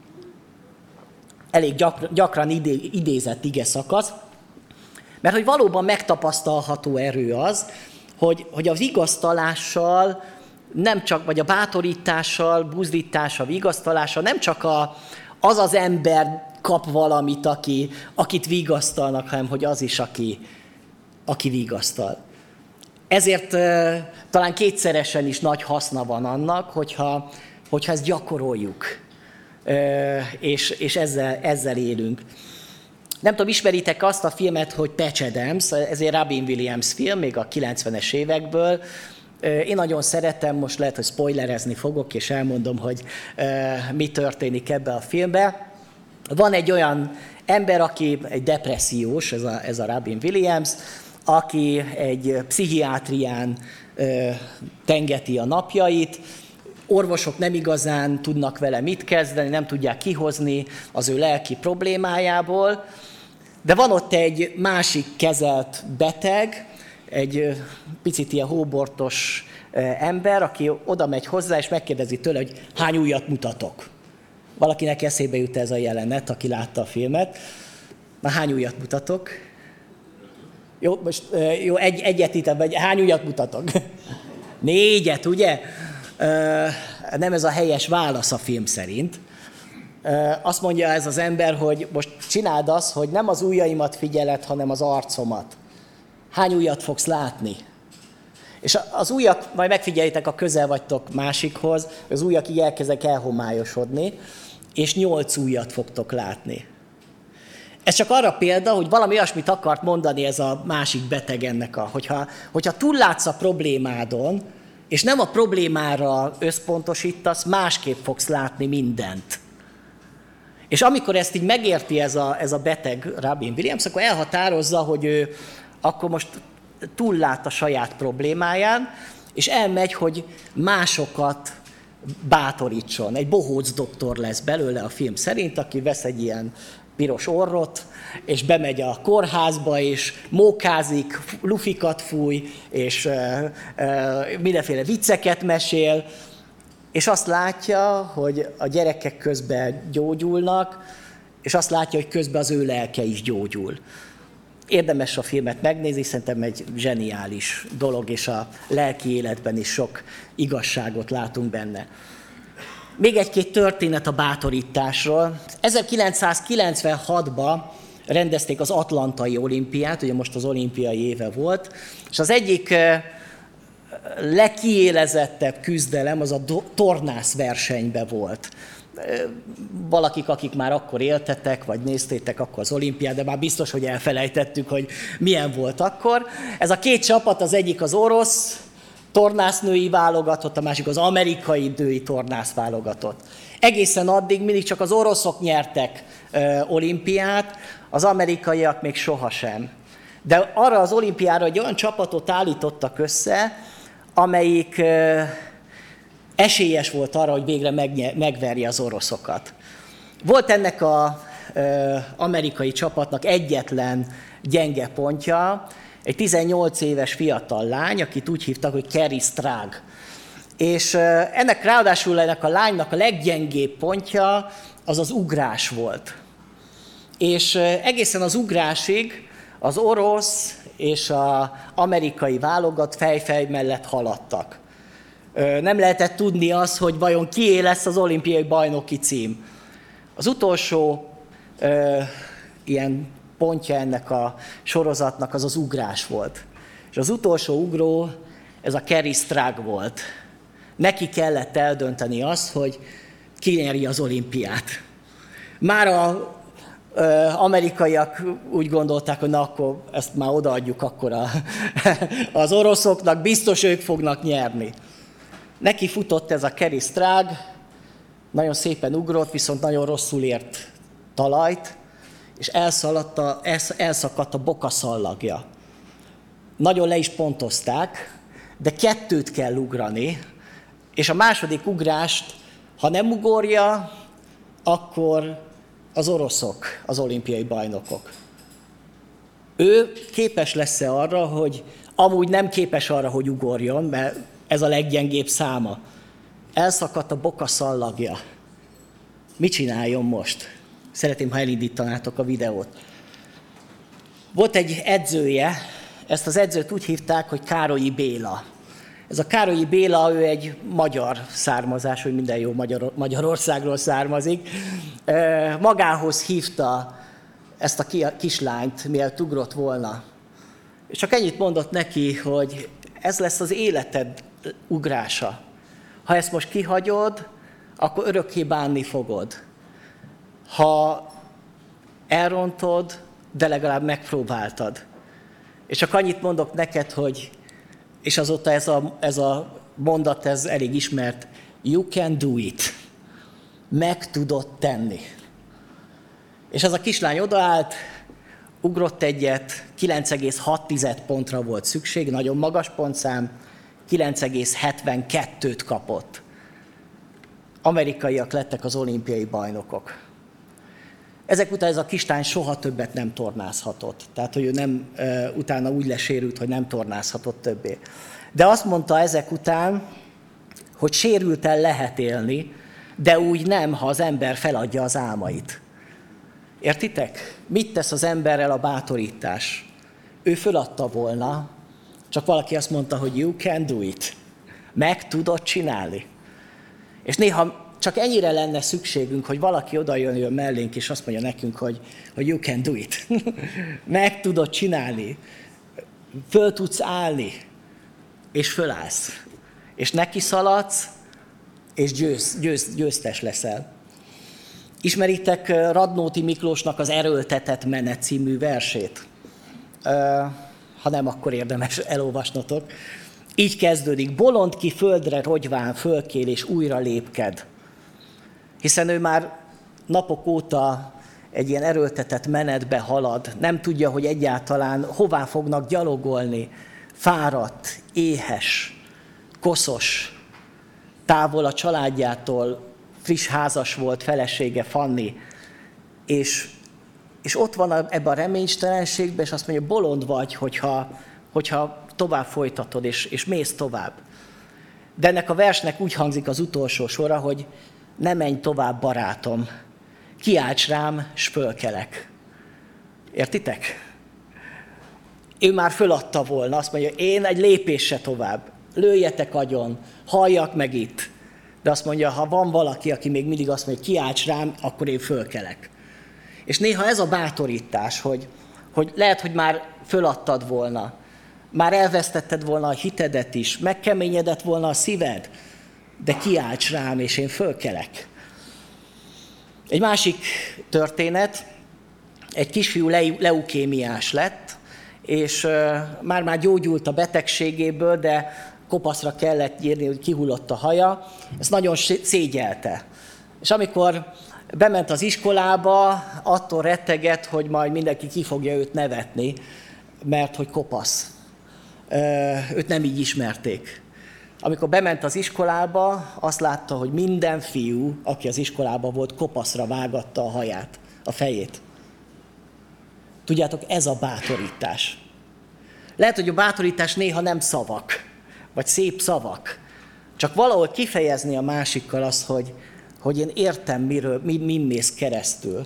elég gyakran idézett ige szakasz, mert hogy valóban megtapasztalható erő az, hogy a vigasztalással nem csak, vagy a bátorítással, buzdítással, vigasztalással nem csak az az ember kap valamit, akit vigasztalnak, hanem hogy az is, aki vigasztal. Ezért talán kétszeresen is nagy haszna van annak, hogyha ezt gyakoroljuk, és ezzel élünk. Nem tudom, ismeritek azt a filmet, hogy Patch Adams, ez egy Robin Williams film, még a 90-es évekből. Én nagyon szeretem, most lehet, hogy spoilerezni fogok, és elmondom, hogy mi történik ebbe a filmbe. Van egy olyan ember, aki egy depressziós, ez a Robin Williams, aki egy pszichiátrián tengeti a napjait, orvosok nem igazán tudnak vele mit kezdeni, nem tudják kihozni az ő lelki problémájából, de van ott egy másik kezelt beteg, egy picit ilyen hóbortos ember, aki oda megy hozzá, és megkérdezi tőle, hogy hány ujjat mutatok. Valakinek eszébe jut ez a jelenet, aki látta a filmet. Már hány ujjat mutatok? Jó, most egyet itt, vagy hány ujjat mutatok? 4, ugye? Nem ez a helyes válasz a film szerint. Azt mondja ez az ember, hogy most csináld azt, hogy nem az ujjaimat figyeled, hanem az arcomat. Hány ujjat fogsz látni? És az ujjak, majd megfigyelitek, a közel vagytok másikhoz, az ujjak így elkezdenek elhomályosodni, és 8 ujjat fogtok látni. Ez csak arra példa, hogy valami olyasmit akart mondani ez a másik beteg ennek, hogyha túllátsz a problémádon, és nem a problémára összpontosítasz, másképp fogsz látni mindent. És amikor ezt így megérti ez a beteg Robin Williams, akkor elhatározza, hogy ő akkor most túllát a saját problémáján, és elmegy, hogy másokat bátorítson. Egy bohóc doktor lesz belőle a film szerint, aki vesz egy ilyen piros orrot, és bemegy a kórházba, és mókázik, lufikat fúj, és mindenféle vicceket mesél, és azt látja, hogy a gyerekek közben gyógyulnak, és azt látja, hogy közben az ő lelke is gyógyul. Érdemes a filmet megnézni, szerintem egy zseniális dolog, és a lelki életben is sok igazságot látunk benne. Még egy-két történet a bátorításról. 1996-ban rendezték az Atlantai olimpiát, ugye most az olimpiai éve volt, és az egyik legkiélezettebb küzdelem az a tornászversenyben volt. Valakik, akik már akkor éltetek, vagy néztétek akkor az olimpiát, de már biztos, hogy elfelejtettük, hogy milyen volt akkor. Ez a két csapat, az egyik az orosz tornásznői válogatott, a másik az amerikai női tornász válogatott. Egészen addig mindig csak az oroszok nyertek olimpiát, az amerikaiak még sohasem. De arra az olimpiára egy olyan csapatot állítottak össze, amelyik esélyes volt arra, hogy végre megverje az oroszokat. Volt ennek az amerikai csapatnak egyetlen gyenge pontja, egy 18 éves fiatal lány, akit úgy hívtak, hogy Carrie Strag. És ráadásul ennek a lánynak a leggyengébb pontja az az ugrás volt. És egészen az ugrásig az orosz és az amerikai válogat fejfej mellett haladtak. Nem lehetett tudni azt, hogy vajon kié lesz az olimpiai bajnoki cím. Az utolsó ilyen pontja ennek a sorozatnak az ugrás volt. És az utolsó ugró, ez a Carrie Strag volt. Neki kellett eldönteni azt, hogy ki nyeri az olimpiát. Már Amerikaiak úgy gondolták, hogy na akkor ezt már odaadjuk akkor az oroszoknak, biztos ők fognak nyerni. Neki futott ez a Kerry Strug, nagyon szépen ugrott, viszont nagyon rosszul ért talajt, és elszakadt a bokaszallagja. Nagyon le is pontozták, de 2 kell ugrani, és a második ugrást, ha nem ugorja, akkor az oroszok, az olimpiai bajnokok. Ő képes lesz-e arra, hogy amúgy nem képes arra, hogy ugorjon, mert ez a leggyengébb száma. Elszakadt a bokaszallagja. Mit csináljon most? Szeretném, ha elindítanátok a videót. Volt egy edzője, ezt az edzőt úgy hívták, hogy Károlyi Béla. Ez a Károlyi Béla, ő egy magyar származás, hogy minden jó Magyarországról származik. Magához hívta ezt a kislányt, mielőtt ugrott volna. És csak ennyit mondott neki, hogy ez lesz az életed ugrása. Ha ezt most kihagyod, akkor örökké bánni fogod. Ha elrontod, de legalább megpróbáltad. És csak annyit mondok neked, hogy, és azóta ez a mondat, ez elég ismert, you can do it. Meg tudod tenni. És ez a kislány odaállt, ugrott egyet, 9,6 pontra volt szükség, nagyon magas pontszám, 9,72-t kapott. Amerikaiak lettek az olimpiai bajnokok. Ezek után ez a kislány soha többet nem tornázhatott. Tehát, hogy ő nem, utána úgy lesérült, hogy nem tornázhatott többé. De azt mondta ezek után, hogy sérülten lehet élni, de úgy nem, ha az ember feladja az álmait. Értitek? Mit tesz az emberrel a bátorítás? Ő föladta volna, csak valaki azt mondta, hogy you can do it. Meg tudod csinálni. És néha csak ennyire lenne szükségünk, hogy valaki oda jön mellénk, és azt mondja nekünk, hogy you can do it. Meg tudod csinálni. Föl tudsz állni. És fölállsz. És neki szaladsz, és győztes leszel. Ismeritek Radnóti Miklósnak az Erőltetett menet című versét? Ha nem, akkor érdemes elolvasnotok. Így kezdődik. Bolond ki földre rogyván fölkél, és újra lépked. Hiszen ő már napok óta egy ilyen erőltetett menetbe halad, nem tudja, hogy egyáltalán hová fognak gyalogolni. Fáradt, éhes, koszos, távol a családjától, friss házas volt felesége, Fanni, és ott van ebben a reménytelenségben, és azt mondja, bolond vagy, hogyha tovább folytatod, és mész tovább. De ennek a versnek úgy hangzik az utolsó sora, hogy ne menj tovább, barátom, kiálts rám, s fölkelek. Értitek? Ő már föladta volna, azt mondja, én egy lépésre tovább, lőjetek agyon, halljak meg itt. De azt mondja, ha van valaki, aki még mindig azt mondja, kiálts rám, akkor én fölkelek. És néha ez a bátorítás, hogy lehet, hogy már föladtad volna, már elvesztetted volna a hitedet is, megkeményedett volna a szíved, de kiálts rám, és én fölkelek. Egy másik történet, egy kisfiú leukémiás lett, és már gyógyult a betegségéből, de kopaszra kellett írni, hogy kihullott a haja, ezt nagyon szégyelte. És amikor bement az iskolába, attól rettegett, hogy majd mindenki ki fogja őt nevetni, mert hogy kopasz. Őt nem így ismerték. Amikor bement az iskolába, azt látta, hogy minden fiú, aki az iskolában volt, kopaszra vágatta a haját, a fejét. Tudjátok, ez a bátorítás. Lehet, hogy a bátorítás néha nem szavak, vagy szép szavak. Csak valahol kifejezni a másikkal azt, hogy én értem, min mész keresztül,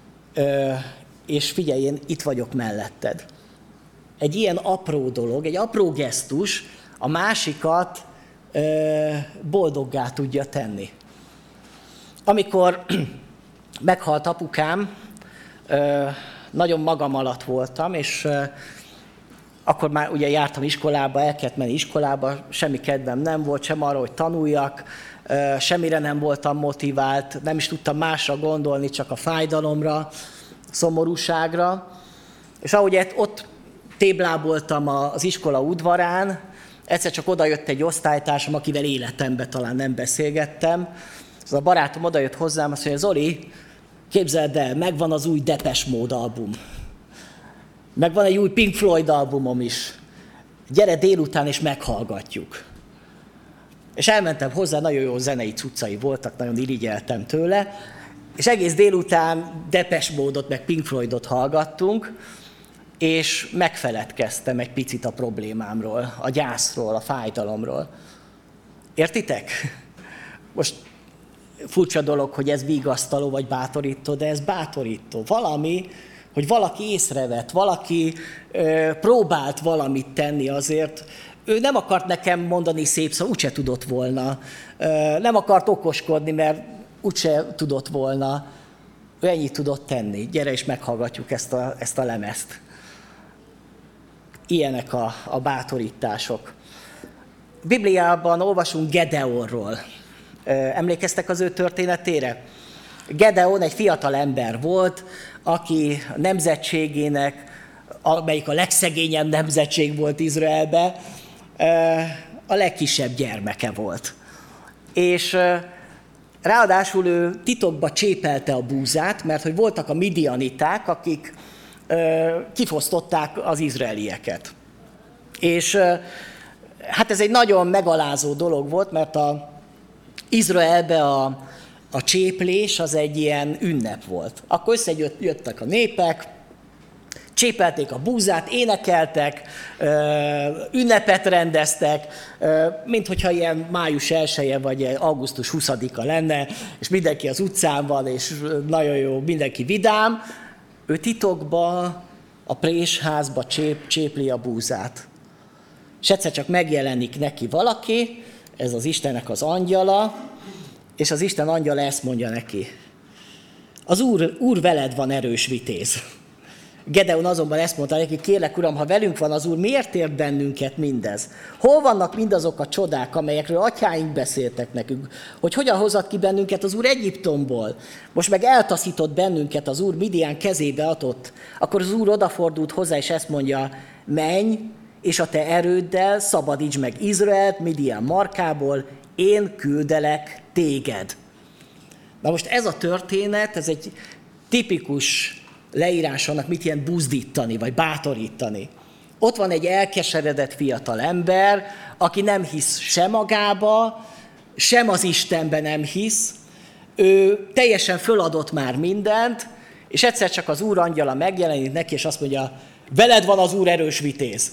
és figyelj, én itt vagyok melletted. Egy ilyen apró dolog, egy apró gesztus a másikat boldoggá tudja tenni. Amikor meghalt apukám, nagyon magam alatt voltam, és akkor már ugye jártam iskolába, el kellett menni iskolába, semmi kedvem nem volt, sem arra, hogy tanuljak, semmire nem voltam motivált, nem is tudtam másra gondolni, csak a fájdalomra, szomorúságra, és ahogy ott tébláboltam az iskola udvarán, egyszer csak odajött egy osztálytársam, akivel életemben talán nem beszélgettem. Az a barátom odajött hozzám, azt mondja, Zoli, képzeld el, megvan az új Depeche Mode album. Megvan egy új Pink Floyd albumom is. Gyere délután és meghallgatjuk. És elmentem hozzá, nagyon jó zenei cuccai voltak, nagyon irigyeltem tőle, és egész délután Depeche Mode-ot meg Pink Floydot hallgattunk, és megfeledkeztem egy picit a problémámról, a gyászról, a fájdalomról. Értitek? Most furcsa dolog, hogy ez vigasztaló vagy bátorító, de ez bátorító. Valami, hogy valaki észrevett, valaki próbált valamit tenni azért. Ő nem akart nekem mondani szép szó, úgyse tudott volna. Nem akart okoskodni, mert úgyse tudott volna. Ő ennyit tudott tenni. Gyere és meghallgatjuk ezt a lemezt. Ilyenek a bátorítások. Bibliában olvasunk Gedeonról. Emlékeztek az ő történetére? Gedeon egy fiatal ember volt, aki a nemzetségének, amelyik a legszegényebb nemzetség volt Izraelben, a legkisebb gyermeke volt. És ráadásul ő titokba csépelte a búzát, mert hogy voltak a midianiták, akik kifosztották az izraelieket. És hát ez egy nagyon megalázó dolog volt, mert Izraelbe a cséplés az egy ilyen ünnep volt. Akkor összejöttek a népek, csépelték a búzát, énekeltek, ünnepet rendeztek, mint hogyha ilyen május 1-e vagy augusztus 20-a lenne, és mindenki az utcán van, és nagyon jó, mindenki vidám. Ő titokba a présházba csépli a búzát. És egyszer csak megjelenik neki valaki, ez az Istennek az angyala, és az Isten angyala ezt mondja neki. Az Úr veled van, erős vitéz. Gedeon azonban ezt mondta neki, kérlek Uram, ha velünk van az Úr, miért ért bennünket mindez? Hol vannak mindazok a csodák, amelyekről atyáink beszéltek nekünk, hogy hogyan hozott ki bennünket az Úr Egyiptomból? Most meg eltaszított bennünket az Úr, Midian kezébe adott. Akkor az Úr odafordult hozzá, és ezt mondja, menj, és a te erőddel szabadítsd meg Izraelt Midian markából, én küldelek téged. Na most ez a történet, ez egy tipikus leírás annak, mit jelent buzdítani, vagy bátorítani. Ott van egy elkeseredett fiatal ember, aki nem hisz sem magába, sem az Istenben nem hisz, ő teljesen föladott már mindent, és egyszer csak az Úr angyala megjelenik neki, és azt mondja, veled van az Úr, erős vitéz.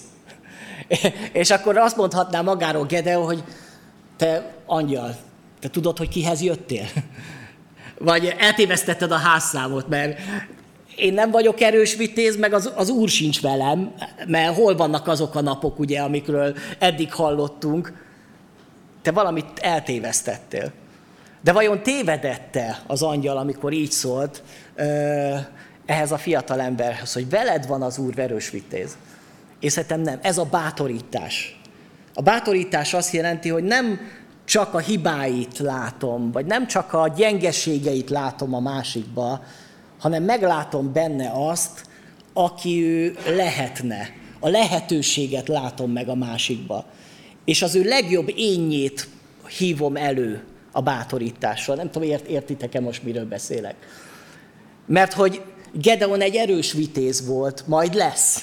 És akkor azt mondhatná magáról Gedeon, hogy te angyal, te tudod, hogy kihez jöttél? Vagy eltévesztetted a házszámot, mert én nem vagyok erős vitéz, meg az Úr sincs velem, mert hol vannak azok a napok, ugye, amikről eddig hallottunk. Te valamit eltévesztettél. De vajon tévedette az angyal, amikor így szólt ehhez a fiatal emberhez, hogy veled van az Úr, erős vitéz? És szerintem nem. Ez a bátorítás. A bátorítás azt jelenti, hogy nem csak a hibáit látom, vagy nem csak a gyengeségeit látom a másikba, hanem meglátom benne azt, aki ő lehetne. A lehetőséget látom meg a másikba. És az ő legjobb énjét hívom elő a bátorítással. Nem tudom, értitek-e most, miről beszélek. Mert hogy Gedeon egy erős vitéz volt, majd lesz.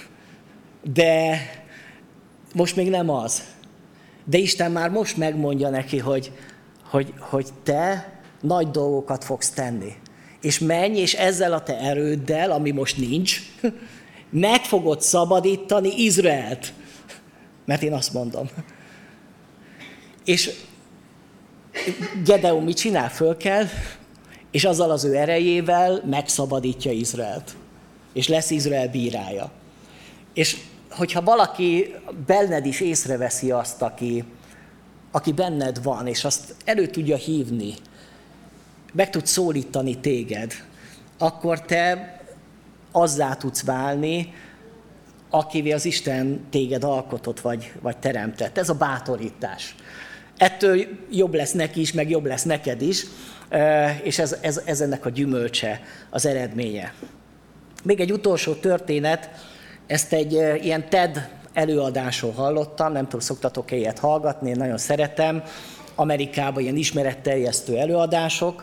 De most még nem az. De Isten már most megmondja neki, hogy te nagy dolgokat fogsz tenni. És menj, és ezzel a te erőddel, ami most nincs, meg fogod szabadítani Izraelt. Mert én azt mondom. És Gedeon mit csinál? Föl kell, és azzal az ő erejével megszabadítja Izraelt. És lesz Izrael bírája. És hogyha valaki benned is észreveszi azt, aki benned van, és azt elő tudja hívni, meg tud szólítani téged, akkor te azzá tudsz válni, akivé az Isten téged alkotott vagy teremtett. Ez a bátorítás. Ettől jobb lesz neki is, meg jobb lesz neked is, és ez ennek a gyümölcse, az eredménye. Még egy utolsó történet, ezt egy ilyen TED előadáson hallottam, nem tudom, szoktatok-e ilyet hallgatni, én nagyon szeretem. Amerikában ilyen ismeretterjesztő előadások,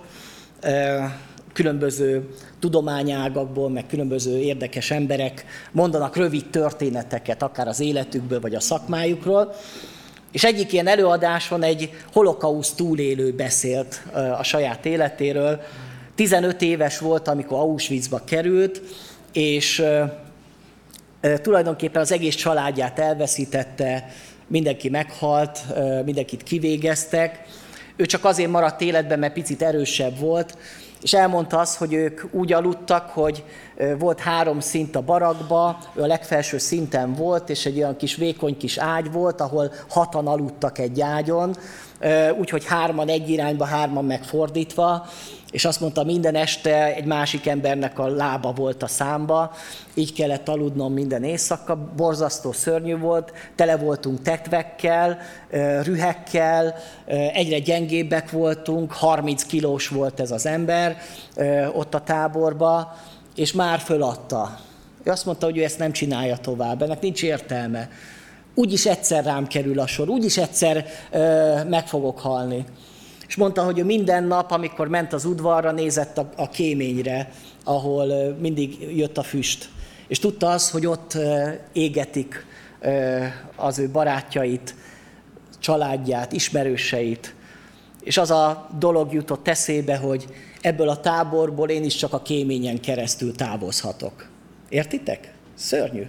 különböző tudományágakból, meg különböző érdekes emberek mondanak rövid történeteket, akár az életükből, vagy a szakmájukról. És egyik ilyen előadáson egy holokauszt túlélő beszélt a saját életéről. 15 éves volt, amikor Auschwitzba került, és tulajdonképpen az egész családját elveszítette, mindenki meghalt, mindenkit kivégeztek. Ő csak azért maradt életben, mert picit erősebb volt, és elmondta azt, hogy ők úgy aludtak, hogy volt 3 szint a barakba, ő a legfelső szinten volt, és egy olyan kis vékony kis ágy volt, ahol 6-an aludtak egy ágyon, úgyhogy 3-an egy irányba, 3-an megfordítva, és azt mondta, minden este egy másik embernek a lába volt a számba, így kellett aludnom minden éjszaka, borzasztó szörnyű volt, tele voltunk tetvekkel, rühekkel, egyre gyengébbek voltunk, 30 kilós volt ez az ember ott a táborba, és már föladta. Ő azt mondta, hogy ő ezt nem csinálja tovább, ennek nincs értelme. Úgyis egyszer rám kerül a sor, úgyis egyszer meg fogok halni. És mondta, hogy ő minden nap, amikor ment az udvarra, nézett a kéményre, ahol mindig jött a füst. És tudta azt, hogy ott égetik az ő barátjait, családját, ismerőseit. És az a dolog jutott eszébe, hogy ebből a táborból én is csak a kéményen keresztül távozhatok. Értitek? Szörnyű.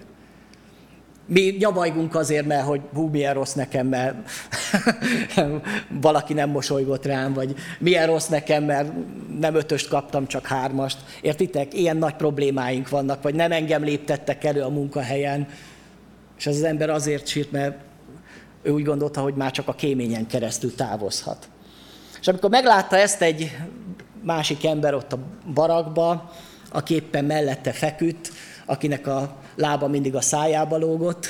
Mi nyavajgunk azért, mert hogy milyen rossz nekem, mert valaki nem mosolygott rám, vagy milyen rossz nekem, mert nem 5-öst kaptam, csak 3-ast. Értitek? Ilyen nagy problémáink vannak, vagy nem engem léptettek elő a munkahelyen, és az ember azért sírt, mert ő úgy gondolta, hogy már csak a kéményen keresztül távozhat. És amikor meglátta ezt egy másik ember ott a barakba, aki éppen mellette feküdt, akinek a lába mindig a szájába lógott,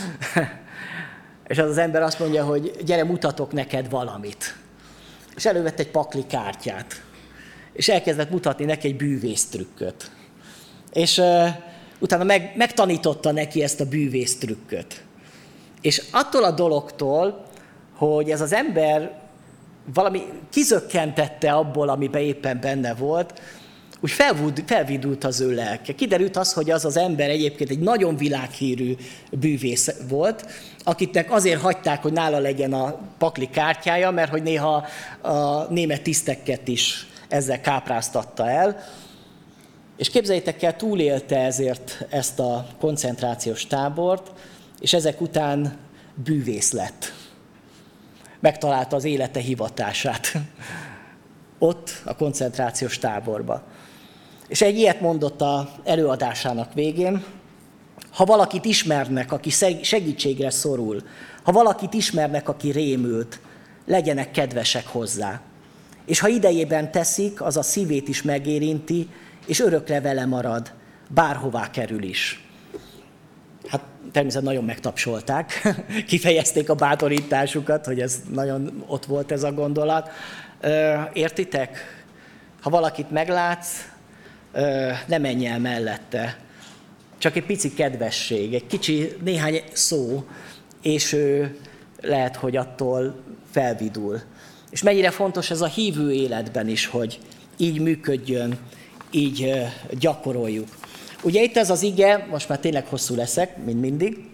és az ember azt mondja, hogy gyere, mutatok neked valamit. És elővett egy pakli kártyát, és elkezdett mutatni neki egy bűvésztrükköt. És utána megtanította neki ezt a bűvésztrükköt. És attól a dologtól, hogy ez az ember valami kizökkentette abból, amiben éppen benne volt, úgy felvidult az ő lelke. Kiderült az, hogy az az ember egyébként egy nagyon világhírű bűvész volt, akitnek azért hagyták, hogy nála legyen a pakli kártyája, mert hogy néha a német tiszteket is ezzel kápráztatta el. És képzeljétek el, túlélte ezért ezt a koncentrációs tábort, és ezek után bűvész lett. Megtalálta az élete hivatását ott a koncentrációs táborba. És egy ilyet mondott az előadásának végén, ha valakit ismernek, aki segítségre szorul, ha valakit ismernek, aki rémült, legyenek kedvesek hozzá. És ha idejében teszik, az a szívét is megérinti, és örökre vele marad, bárhová kerül is. Hát természetesen nagyon megtapsolták, kifejezték a bátorításukat, hogy ez nagyon ott volt ez a gondolat. Értitek? Ha valakit meglátsz, ne menj el mellette. Csak egy pici kedvesség, egy kicsi, néhány szó, és ő lehet, hogy attól felvidul. És mennyire fontos ez a hívő életben is, hogy így működjön, így gyakoroljuk. Ugye itt ez az ige, most már tényleg hosszú leszek, mint mindig,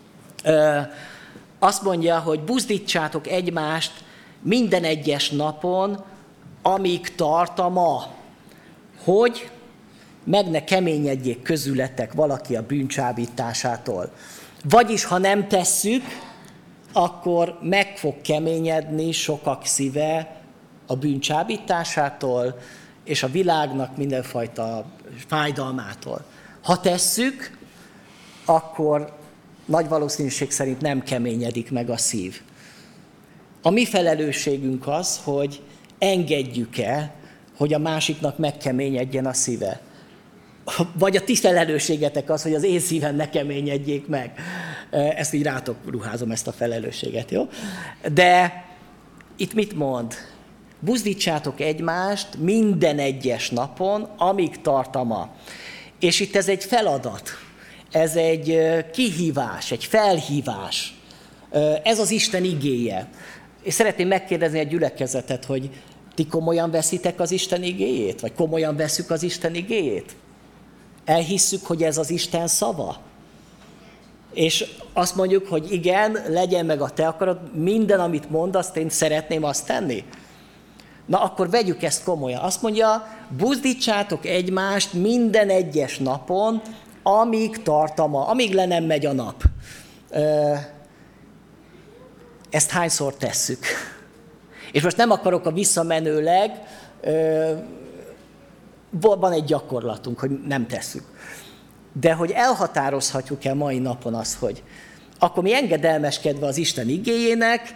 azt mondja, hogy buzdítsátok egymást minden egyes napon, amíg tart a ma, hogy meg ne keményedjék közületek valaki a bűncsábításától. Vagyis, ha nem tesszük, akkor meg fog keményedni sokak szíve a bűncsábításától, és a világnak mindenfajta fájdalmától. Ha tesszük, akkor nagy valószínűség szerint nem keményedik meg a szív. A mi felelősségünk az, hogy engedjük-e, hogy a másiknak megkeményedjen a szíve. Vagy a ti felelősségetek az, hogy az én szívem ne keményedjék meg. Ezt így rátok ruházom, ezt a felelősséget, jó? De itt mit mond? Buzdítsátok egymást minden egyes napon, amíg tart a ma. És itt ez egy feladat, ez egy kihívás, egy felhívás. Ez az Isten igéje. És szeretném megkérdezni a gyülekezetet, hogy ti komolyan veszitek az Isten igéjét? Vagy komolyan vesszük az Isten igéjét? Elhisszük, hogy ez az Isten szava? És azt mondjuk, hogy igen, legyen meg a te akarat, minden, amit mondasz, én szeretném azt tenni. Na akkor vegyük ezt komolyan. Azt mondja, buzdítsátok egymást minden egyes napon, amíg tart amíg le nem megy a nap. Ezt hányszor tesszük? És most nem akarok a visszamenőleg, van egy gyakorlatunk, hogy nem tesszük. De hogy elhatározhatjuk-e mai napon azt, hogy akkor mi engedelmeskedve az Isten igéjének,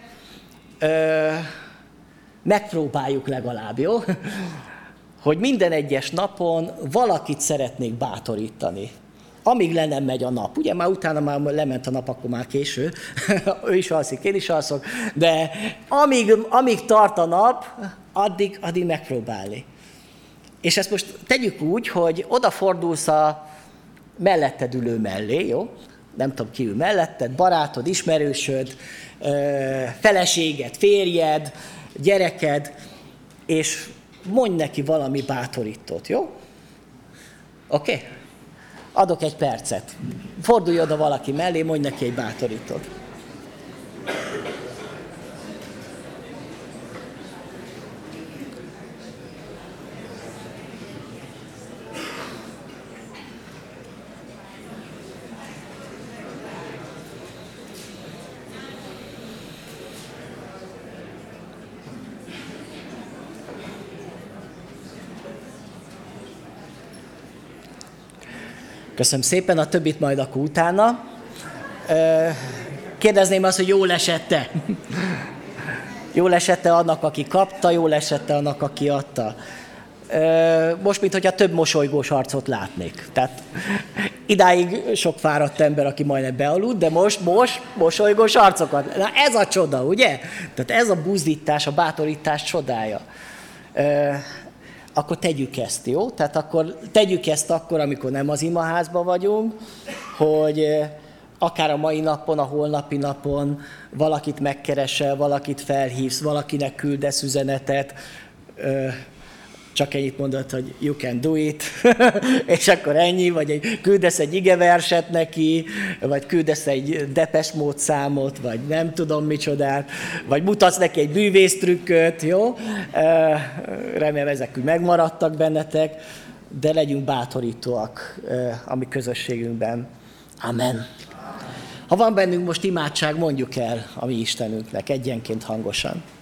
megpróbáljuk legalább, jó? Hogy minden egyes napon valakit szeretnék bátorítani. Amíg le nem megy a nap. Ugye már utána már lement a nap, akkor már késő. Ő is alszik, én is alszok. De amíg tart a nap, addig megpróbálni. És ezt most tegyük úgy, hogy odafordulsz a melletted ülő mellé, jó? Nem tudom, ki ül melletted, barátod, ismerősöd, feleséged, férjed, gyereked, és mondj neki valami bátorítót, jó? Oké? Adok egy percet. Fordulj oda valaki mellé, mondj neki egy bátorítót. Köszönöm szépen, a többit majd akkor utána. Kérdezném azt, hogy jól esett-e? Jól esett-e annak, aki kapta, jól esett-e annak, aki adta? Most, mintha több mosolygós arcot látnék. Tehát idáig sok fáradt ember, aki majdnem bealudt, de most mosolygós arcokat. Na ez a csoda, ugye? Tehát ez a buzdítás, a bátorítás csodája. Akkor tegyük ezt, jó? Tehát akkor tegyük ezt akkor, amikor nem az imaházban vagyunk, hogy akár a mai napon, a holnapi napon valakit megkeresel, valakit felhívsz, valakinek küldesz üzenetet, csak ennyit mondod, hogy you can do it, és akkor ennyi, vagy küldesz egy igeverset neki, vagy küldesz egy Depeche Mode számot, vagy nem tudom micsodát, vagy mutatsz neki egy bűvésztrükköt, jó? Remélem ezek úgy megmaradtak bennetek, de legyünk bátorítóak a mi közösségünkben. Amen. Ha van bennünk most imádság, mondjuk el a mi Istenünknek egyenként hangosan.